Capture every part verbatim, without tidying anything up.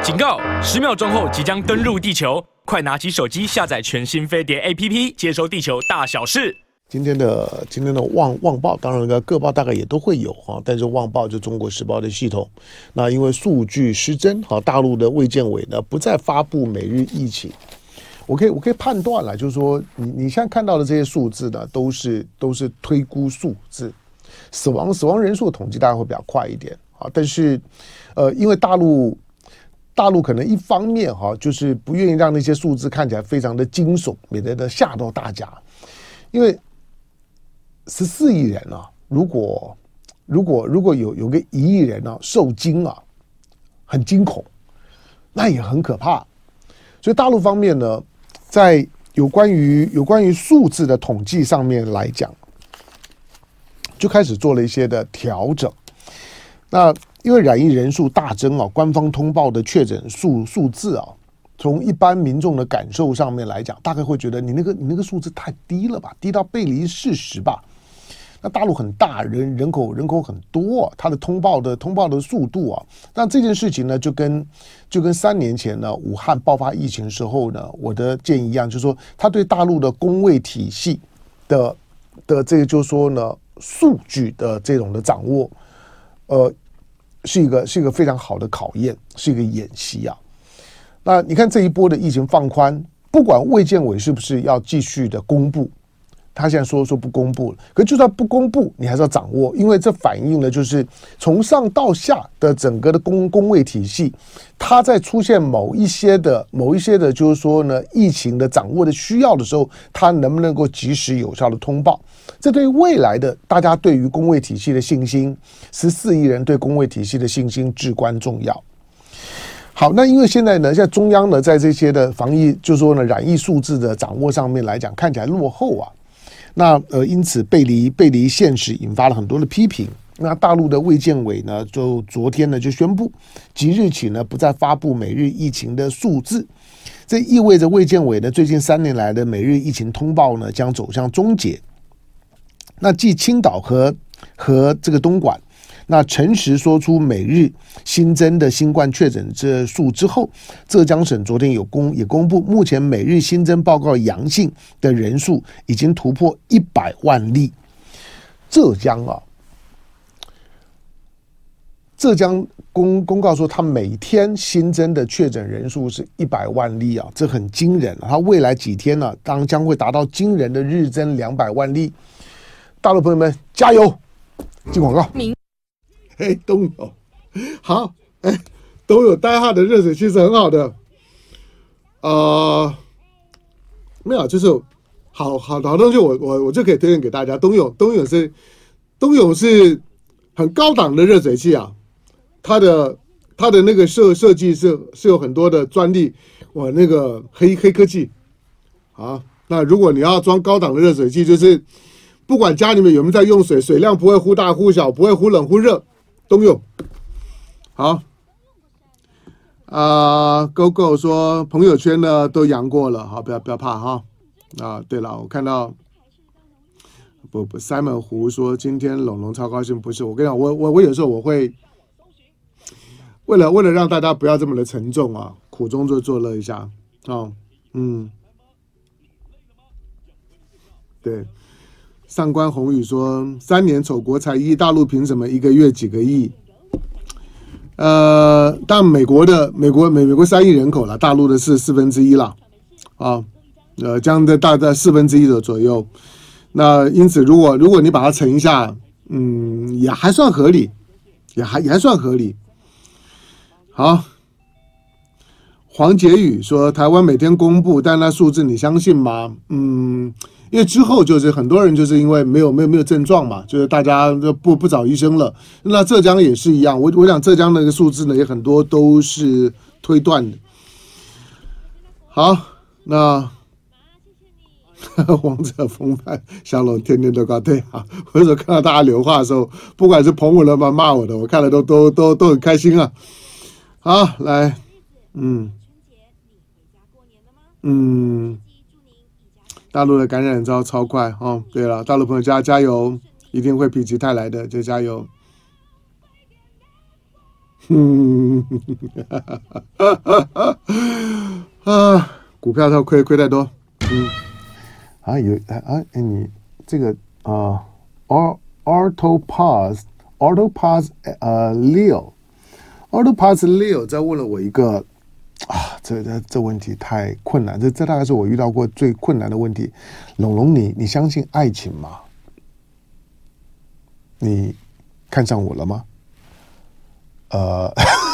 警告！十秒钟后即将登陆地球，快拿起手机下载全新飞碟 A P P， 接收地球大小事。 今天的今天的旺旺报，当然各报大概也都会有哈，但是旺报就中国时报的系统，那因为数据失真，哈，大陆的卫健委呢不再发布每日疫情，我可以我可以判断了，就是说你你现在看到的这些数字呢，都是都是推估数字，死亡死亡人数统计大概会比较快一点啊，但是呃，因为大陆。大陆可能一方面哈，就是不愿意让那些数字看起来非常的惊悚，免得呢吓到大家。因为十四亿人啊，如果如果如果有有个一亿人啊受惊啊，很惊恐，那也很可怕。所以大陆方面呢，在有关于有关于数字的统计上面来讲，就开始做了一些的调整。那因为染疫人数大增啊，官方通报的确诊数数字啊，从一般民众的感受上面来讲，大概会觉得你那个你那个数字太低了吧，低到背离事实吧。那大陆很大，人人口人口很多、啊，它的通报的通报的速度啊，那这件事情呢，就跟就跟三年前呢武汉爆发疫情时候呢，我的建议一样，就是说，他对大陆的公卫体系的的这个，就是说呢，数据的这种的掌握，呃。是一个是一个非常好的考验，是一个演习啊。那你看这一波的疫情放宽，不管卫健委是不是要继续的公布，他现在说说不公布了，可就算不公布，你还是要掌握，因为这反映了就是从上到下的整个的公公卫体系，它在出现某一些的某一些的，就是说呢，疫情的掌握的需要的时候，它能不能够及时有效的通报？这对于未来的大家对于公卫体系的信心，十四亿人对公卫体系的信心至关重要。好，那因为现在呢，现在中央呢，在这些的防疫，就是说呢，染疫数字的掌握上面来讲，看起来落后啊。那呃，因此背离背离现实，引发了很多的批评。那大陆的卫健委呢，就昨天呢就宣布，即日起呢不再发布每日疫情的数字。这意味着卫健委呢最近三年来的每日疫情通报呢将走向终结。那继青岛和和这个东莞，那诚实说出每日新增的新冠确诊这数之后，浙江省昨天有公也公布，目前每日新增报告阳性的人数已经突破一百万例。浙江啊，浙江公公告说，他每天新增的确诊人数是一百万例啊，这很惊人。他未来几天呢、啊，当将会达到惊人的日增两百万例。大陆朋友们加油！进广告。哎，东友，好，哎，东友代号的热水器是很好的，呃，没有，就是好好好东西我，我我我就可以推荐给大家。东友，东友是东友是很高档的热水器啊，它的它的那个设设计是是有很多的专利，我那个黑黑科技啊。那如果你要装高档的热水器，就是不管家里面有没有在用水，水量不会忽大忽小，不会忽冷忽热。都用好啊 ，Go Go 说朋友圈呢都阳过了，好，不要不要怕哈。啊，对了，我看到不不 ，Simon 胡说今天龙龙超高兴，不是我跟你讲，我我我有时候我会为了为了让大家不要这么的沉重啊，苦中作作乐一下哦，嗯，对。上官宏宇说：“三年丑国才一，大陆凭什么一个月几个亿？呃，但美国的美国美美国三亿人口了，大陆的是四分之一了，啊，呃，这样的大概四分之一的左右。那因此，如果如果你把它乘一下，嗯，也还算合理，也还也还算合理。好，黄杰宇说：台湾每天公布，但那数字你相信吗？嗯。”因为之后就是很多人就是因为没有没有没有症状嘛，就是大家就不不找医生了。那浙江也是一样，我我想浙江那个数字呢也很多都是推断的。好，那王者风范小龙天天都搞对啊！我有时候看到大家留话的时候，不管是捧我的嘛骂我的，我看了都都都都很开心啊。好，来，嗯嗯。大陆的感染招超快哦！对了，大陆朋友加加油，一定会否极泰来的，就加油。 嗯，啊，股票它亏亏太多。嗯，啊有啊啊，你这个啊 ，Autopause Autopause 呃 Leo Autopause Leo 在问了我一个啊，这这这问题太困难，这这大概是我遇到过最困难的问题。龙龙，你你相信爱情吗？你看上我了吗？呃，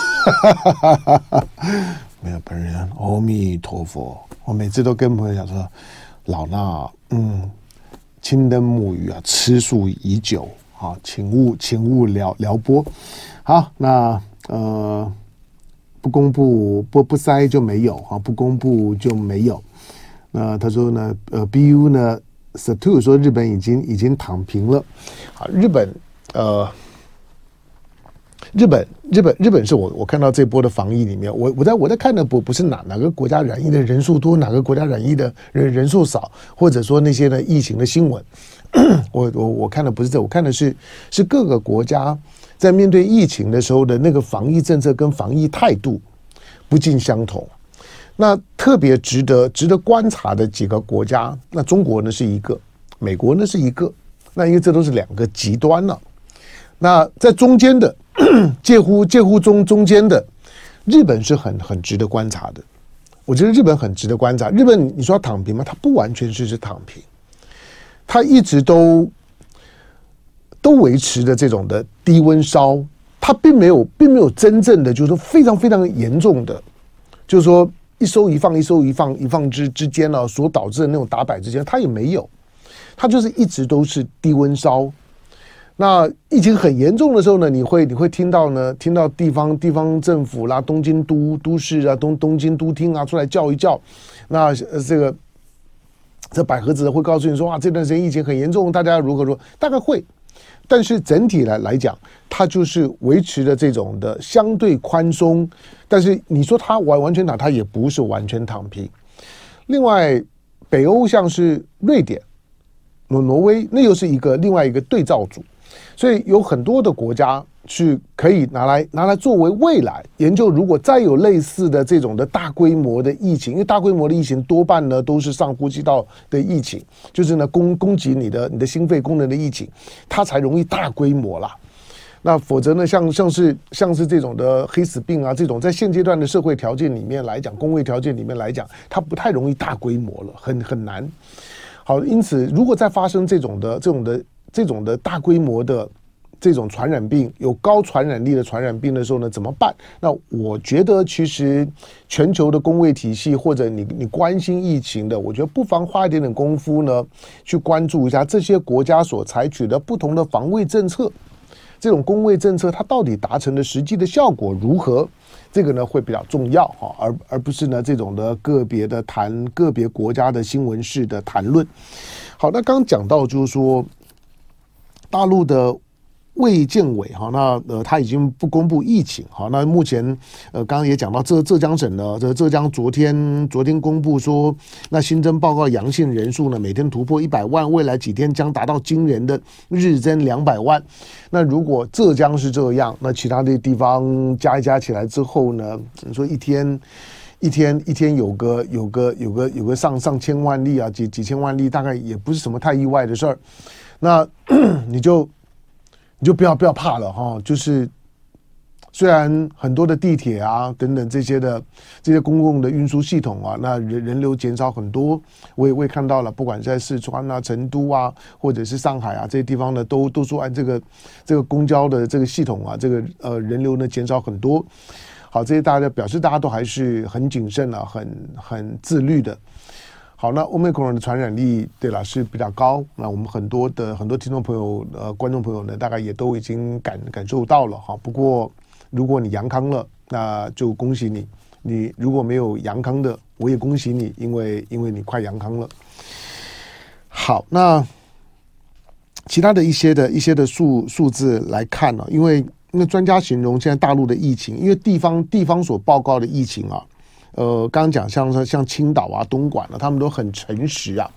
没有本人，阿弥陀佛。我每次都跟朋友讲说，老衲嗯，青灯沐浴啊，吃素已久啊，请勿请勿撩撩拨。好，那呃。不公布不不塞就没有啊，不公布就没有。那他说呢，呃 ，B U 呢 ，Satu 说日本已经已经躺平了。啊，日本呃，日本日本日本是我我看到这波的防疫里面，我我在我在看的不不是哪哪个国家染疫的人数多，哪个国家染疫的人人数少，或者说那些呢疫情的新闻，我我我看的不是这，我看的是是各个国家。在面对疫情的时候的那个防疫政策跟防疫态度不尽相同，那特别值得值得观察的几个国家，那中国呢是一个，美国呢是一个，那因为这都是两个极端了。那在中间的介乎介乎中中间的日本是很很值得观察的。我觉得日本很值得观察。日本你说要躺平吗？它不完全是是躺平，它一直都。都维持的这种的低温烧，它并没有，并没有真正的就是说非常非常严重的，就是说一收一放、一收一放、一放之之间呢、啊，所导致的那种打摆之间，它也没有，它就是一直都是低温烧。那疫情很严重的时候呢，你会你会听到呢，听到地方地方政府啦、东京都都市啊、东东京都厅啊出来叫一叫，那呃这个这百合子会告诉你说啊，这段时间疫情很严重，大家如何说，大概会。但是整体来来讲，它就是维持了这种的相对宽松，但是你说它完完全躺，它也不是完全躺平。另外，北欧像是瑞典、挪挪威，那又是一个另外一个对照组，所以有很多的国家是可以拿来拿来作为未来研究，如果再有类似的这种的大规模的疫情，因为大规模的疫情多半呢都是上呼吸道的疫情，就是呢攻攻击你的你的心肺功能的疫情，它才容易大规模啦。那否则呢，像像是像是这种的黑死病啊，这种在现阶段的社会条件里面来讲，工位条件里面来讲，它不太容易大规模了，很很难。好，因此如果再发生这种的这种的这种的大规模的。这种传染病有高传染力的传染病的时候呢，怎么办？那我觉得其实全球的公卫体系或者你你关心疫情的，我觉得不妨花一点点功夫呢，去关注一下这些国家所采取的不同的防卫政策，这种公卫政策它到底达成的实际的效果如何？这个呢会比较重要哈，而而不是呢这种的个别的谈个别国家的新闻式的谈论。好，那刚刚讲到就是说大陆的。卫健委哈，那呃他已经不公布疫情哈，那目前呃刚刚也讲到浙浙江省呢，这浙江昨天昨天公布说，那新增报告阳性人数呢每天突破一百万，未来几天将达到惊人的日增两百万。那如果浙江是这样，那其他的地方加一加起来之后呢，你说一天一天一天有个有个有个有个上上千万例啊，几几千万例，大概也不是什么太意外的事儿。那你就。你就不要不要怕了哈，就是虽然很多的地铁啊等等这些的这些公共的运输系统啊，那人人流减少很多，我也我也看到了，不管在四川啊、成都啊，或者是上海啊这些地方呢，都都说按这个这个公交的这个系统啊，这个呃人流呢减少很多。好，这些大家表示大家都还是很谨慎啊，很很自律的。好，那 Omicron 的传染力，对了是比较高。那我们很多的很多听众朋友、呃观众朋友呢，大概也都已经感感受到了哈。不过，如果你阳康了，那就恭喜你；你如果没有阳康的，我也恭喜你，因为因为你快阳康了。好，那其他的一些的一些的数数字来看呢、啊，因为因为专家形容现在大陆的疫情，因为地方地方所报告的疫情啊。呃，刚刚讲像像青岛啊、东莞啊，他们都很诚实啊。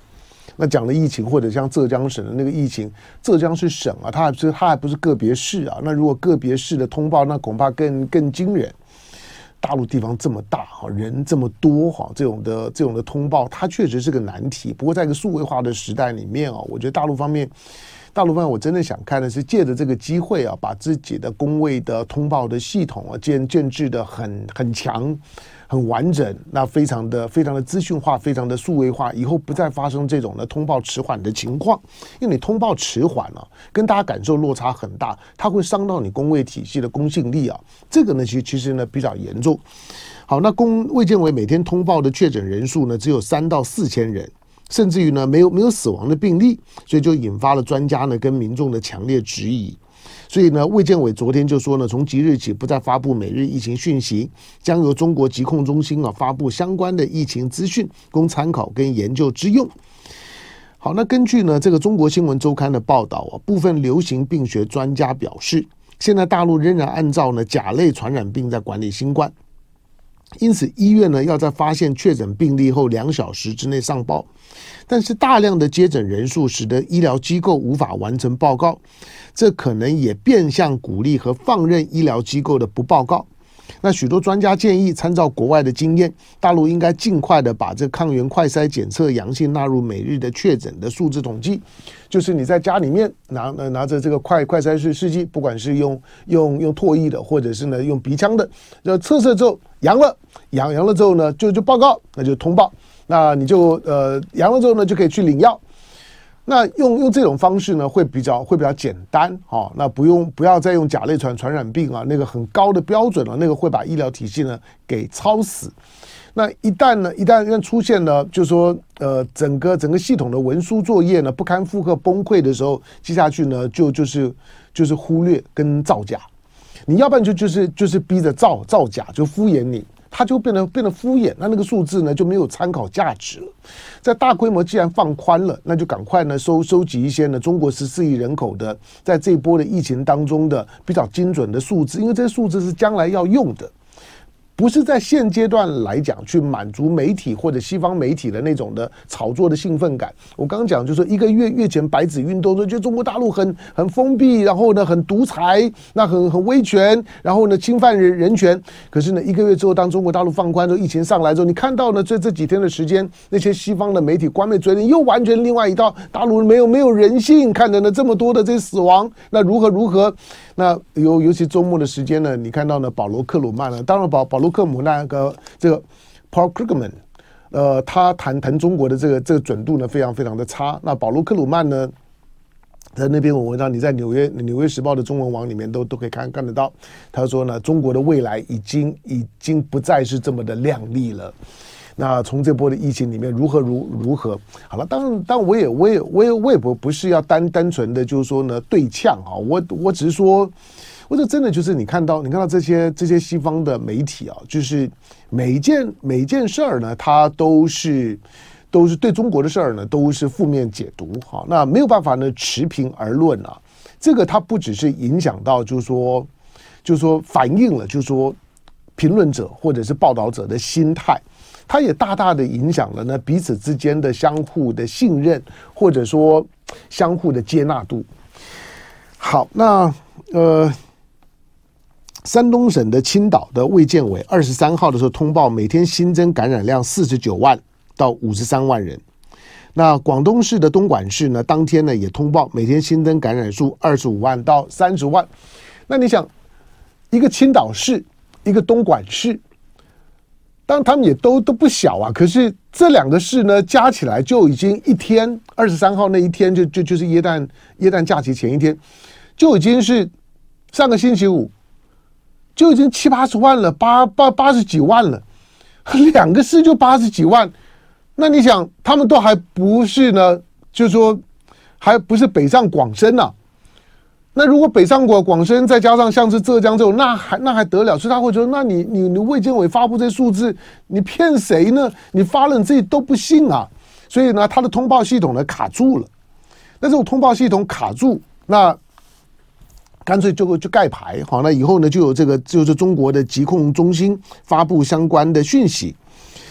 那讲的疫情，或者像浙江省的那个疫情，浙江是省啊，它还不是它还不是个别市啊。那如果个别市的通报，那恐怕更更惊人。大陆地方这么大哈，人这么多哈，这种的这种的通报，它确实是个难题。不过在一个数位化的时代里面啊，我觉得大陆方面。大陆方面，我真的想看的是借着这个机会啊，把自己的公卫的通报的系统啊建建制的很很强、很完整，那非常的非常的资讯化，非常的数位化，以后不再发生这种的通报迟缓的情况。因为你通报迟缓啊，跟大家感受落差很大，它会伤到你公卫体系的公信力啊。这个呢，其实其实呢比较严重。好，那公卫健委每天通报的确诊人数呢，只有三到四千人。甚至于呢，没有没有死亡的病例，所以就引发了专家呢跟民众的强烈质疑。所以呢，卫健委昨天就说呢，从即日起不再发布每日疫情讯息，将由中国疾控中心啊发布相关的疫情资讯，供参考跟研究之用。好，那根据呢这个中国新闻周刊的报道啊，部分流行病学专家表示，现在大陆仍然按照呢甲类传染病在管理新冠。因此，医院呢要在发现确诊病例后两小时之内上报，但是大量的接诊人数使得医疗机构无法完成报告，这可能也变相鼓励和放任医疗机构的不报告。那许多专家建议，参照国外的经验，大陆应该尽快的把这抗原快筛检测阳性纳入每日的确诊的数字统计。就是你在家里面拿拿着这个快快筛试试剂，不管是用用用唾液的，或者是呢用鼻腔的，就测试之后阳了，阳阳了之后呢就就报告，那就通报，那你就呃阳了之后呢就可以去领药。那用用这种方式呢，会比较会比较简单哦。那不用不要再用甲类传传染病啊，那个很高的标准了、啊，那个会把医疗体系呢给操死。那一旦呢，一旦一旦出现了，就是说呃，整个整个系统的文书作业呢不堪负荷崩溃的时候，接下去呢就就是就是忽略跟造假。你要不然就就是就是逼着造造假，就敷衍你。它就变得变得敷衍，那那个数字呢就没有参考价值了。在大规模既然放宽了，那就赶快呢收收集一些呢中国十四亿人口的在这一波的疫情当中的比较精准的数字，因为这些数字是将来要用的。不是在现阶段来讲去满足媒体或者西方媒体的那种的炒作的兴奋感。我刚刚讲就是说一个月月前白纸运动说，觉得中国大陆很很封闭，然后呢很独裁，那很很威权，然后呢侵犯人人权。可是呢一个月之后，当中国大陆放宽之后，疫情上来之后，你看到呢这这几天的时间，那些西方的媒体官媒嘴里又完全另外一套，大陆没有没有人性，看着呢这么多的这些死亡，那如何如何？那尤尤其周末的时间呢，你看到呢保罗克鲁曼呢，当然保保罗克姆那个这个 Paul Krugman， 呃，他谈谈中国的这个这个准度呢非常非常的差。那保罗克鲁曼呢，在那篇文章，你在纽约纽约时报的中文网里面都都可以看看得到。他说呢，中国的未来已经已经不再是这么的亮丽了。那从这波的疫情里面如何如如何好了，当然，当然我也我也我也我也不不是要单单纯的就是说呢对呛啊，我我只是说，我这真的就是你看到你看到这些这些西方的媒体啊，就是每一件每一件事儿呢，它都是都是对中国的事儿呢都是负面解读哈，那没有办法呢持平而论啊，这个它不只是影响到就是说就是说反映了就是说评论者或者是报道者的心态。它也大大的影响了呢彼此之间的相互的信任，或者说相互的接纳度。好，那呃，山东省的青岛的卫健委二十三号的时候通报，每天新增感染量四十九万到五十三万人。那广东市的东莞市呢，当天呢也通报，每天新增感染数二十五万到三十万。那你想，一个青岛市，一个东莞市。当然他们也都都不小啊，可是这两个市呢加起来就已经一天二十三号那一天就就就是耶诞耶诞假期前一天，就已经是上个星期五就已经七八十万了，八八八十几万了，两个市就八十几万，那你想他们都还不是呢，就是说还不是北上广深啊。那如果北上广广深再加上像是浙江这种，那还那还得了？所以他会说，那你你你卫健委发布这数字，你骗谁呢？你发了你自己都不信啊！所以呢，他的通报系统呢卡住了。那这种通报系统卡住，那干脆就就盖牌，好，那以后呢就有这个就是中国的疾控中心发布相关的讯息。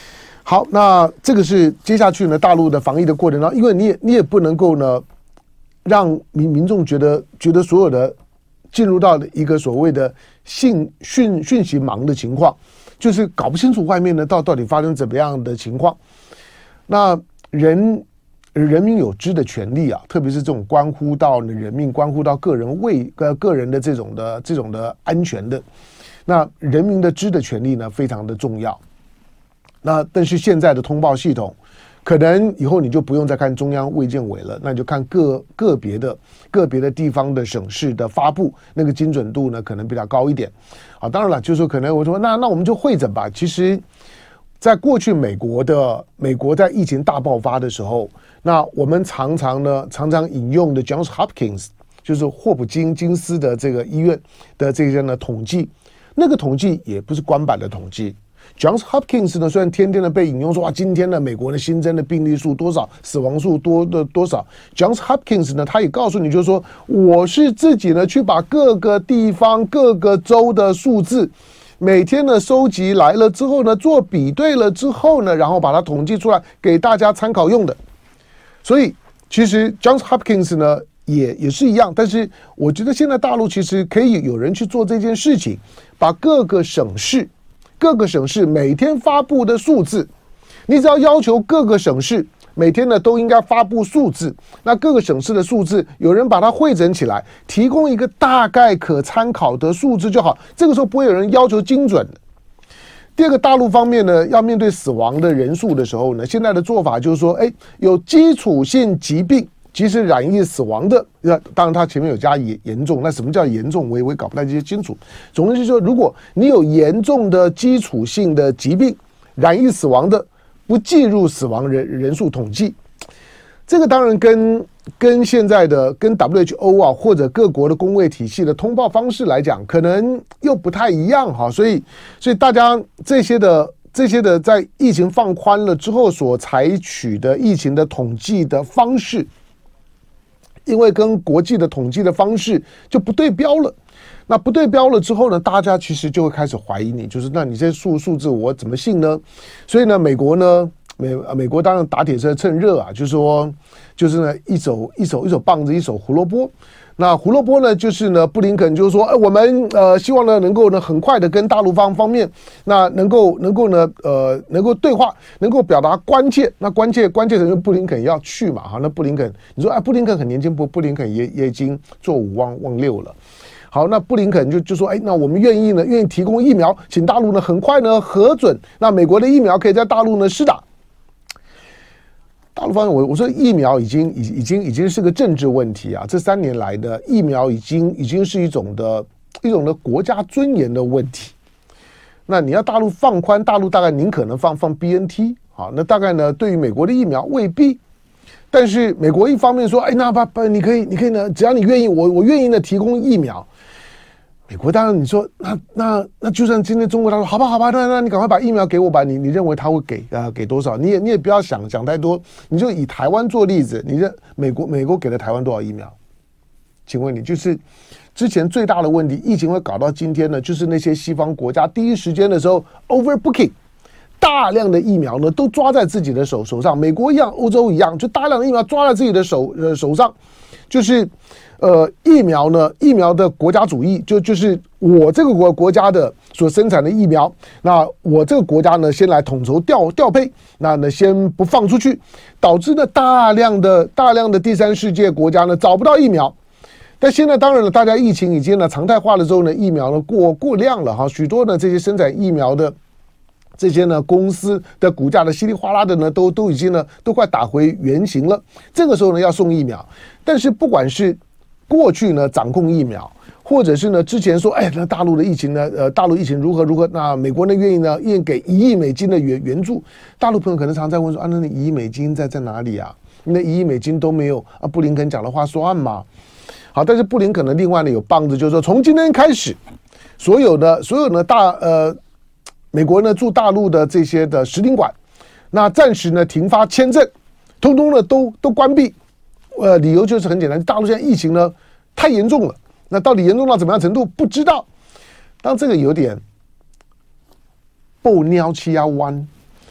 好，那这个是接下去呢大陆的防疫的过程当中，因为你也你也不能够呢让民民众觉得觉得所有的进入到一个所谓的信讯讯息盲的情况，就是搞不清楚外面呢到到底发生怎么样的情况。那人人民有知的权利啊，特别是这种关乎到人命、关乎到个人卫呃个人的这种的这种的安全的，那人民的知的权利呢非常的重要。那但是现在的通报系统，可能以后你就不用再看中央卫健委了，那你就看个个别的个别的地方的省市的发布，那个精准度呢可能比较高一点。啊，当然了，就是说可能我说那那我们就会诊吧。其实，在过去美国的美国在疫情大爆发的时候，那我们常常呢常常引用的 Johns Hopkins 就是霍普金金斯的这个医院的这些呢统计，那个统计也不是官版的统计。Johns Hopkins 呢，虽然天天的被引用说哇，今天呢美国的新增的病例数多少，死亡数多的多少 ，Johns Hopkins 呢，他也告诉你，就是说我是自己呢去把各个地方各个州的数字，每天呢收集来了之后呢，做比对了之后呢，然后把它统计出来给大家参考用的。所以其实 Johns Hopkins 呢也也是一样，但是我觉得现在大陆其实可以有人去做这件事情，把各个省市。各个省市每天发布的数字，你只要要求各个省市每天呢都应该发布数字，那各个省市的数字有人把它汇整起来，提供一个大概可参考的数字就好，这个时候不会有人要求精准的。第二个，大陆方面呢，要面对死亡的人数的时候呢，现在的做法就是说，哎，有基础性疾病即使染疫死亡的，那当然他前面有加严严重，那什么叫严重，我也我也搞不太清楚。总之就是说，如果你有严重的基础性的疾病，染疫死亡的，不计入死亡人人数统计。这个当然跟跟现在的跟 W H O 啊或者各国的公卫体系的通报方式来讲，可能又不太一样哈。所以所以大家这些的。这些的在疫情放宽了之后所采取的疫情的统计的方式，因为跟国际的统计的方式就不对标了，那不对标了之后呢，大家其实就会开始怀疑你，就是那你这些数数字我怎么信呢？所以呢，美国呢，美美国当然打铁趁热啊，就是说，就是呢一手一手一手棒子，一手胡萝卜。那胡萝卜呢，就是呢，布林肯就是说，哎，我们呃希望呢能够呢很快的跟大陆方方面，那能够能够呢呃能够对话，能够表达关切。那关切关切的人布林肯要去嘛，哈，那布林肯你说哎，布林肯很年轻，不，布林肯也也已经做五忘忘六了。好，那布林肯就就说，哎，那我们愿意呢，愿意提供疫苗，请大陆呢很快呢核准，那美国的疫苗可以在大陆呢施打。大陆方面，我我说疫苗已经已已经已经是个政治问题啊！这三年来的疫苗已经已经是一种的一种的国家尊严的问题。那你要大陆放宽，大陆大概宁可能放放 B N T 啊，那大概呢对于美国的疫苗未必。但是美国一方面说，哎，那不不，你可以你可以呢，只要你愿意，我我愿意呢提供疫苗。美国当然你说那那那就算今天中国他说好吧好吧，那那你赶快把疫苗给我吧，你你认为他会给啊、呃、给多少？你也你也不要想想太多，你就以台湾做例子，你认美国美国给了台湾多少疫苗？请问你就是之前最大的问题，疫情会搞到今天呢，就是那些西方国家第一时间的时候 overbooking， 大量的疫苗呢都抓在自己的手手上，美国一样，欧洲一样，就大量的疫苗抓在自己的手呃手上，就是。呃，疫苗呢？疫苗的国家主义就就是我这个国国家的所生产的疫苗，那我这个国家呢，先来统筹调调配，那呢先不放出去，导致呢大量的大量的第三世界国家呢找不到疫苗。但现在当然了，大家疫情已经呢常态化了之后呢，疫苗呢过过量了哈，许多呢这些生产疫苗的这些呢公司的股价的稀里哗啦的呢都都已经呢都快打回原形了。这个时候呢要送疫苗，但是不管是过去呢掌控疫苗，或者是呢之前说，哎，那大陆的疫情呢，呃，大陆疫情如何如何？那美国呢愿意呢愿意给一亿美金的援援助，大陆朋友可能常在问说，啊，那那一亿美金在在哪里啊？那一亿美金都没有啊，布林肯讲的话算吗？好，但是布林肯呢，另外呢有棒子，就是说从今天开始，所有的所有呢大呃美国呢驻大陆的这些的使领馆，那暂时呢停发签证，通通呢都都关闭。呃，理由就是很简单，大陆现在疫情呢太严重了，那到底严重到怎么样程度不知道。当这个有点不尿气啊弯，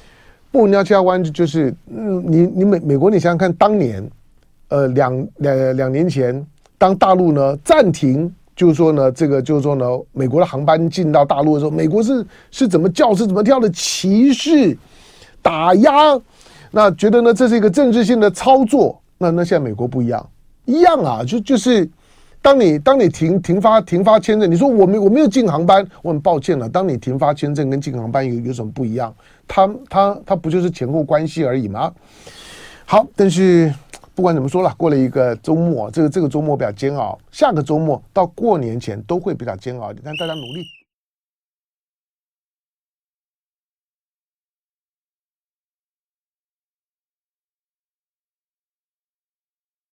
布尼亚加湾就是嗯，你你美美国，你想想看，当年呃两两两年前，当大陆呢暂停。就是说呢，这个就是说呢，美国的航班进到大陆的时候，美国是是怎么叫是怎么跳的歧视、打压，那觉得呢这是一个政治性的操作。那那现在美国不一样，一样啊，就就是当你当你停停发停发签证，你说我没我没有进航班，我很抱歉了。当你停发签证跟进航班有有什么不一样？它它它不就是前后关系而已吗？好，但是。不管怎么说了，过了一个周末，这个这个周末比较煎熬，下个周末到过年前都会比较煎熬一点，但大家努力。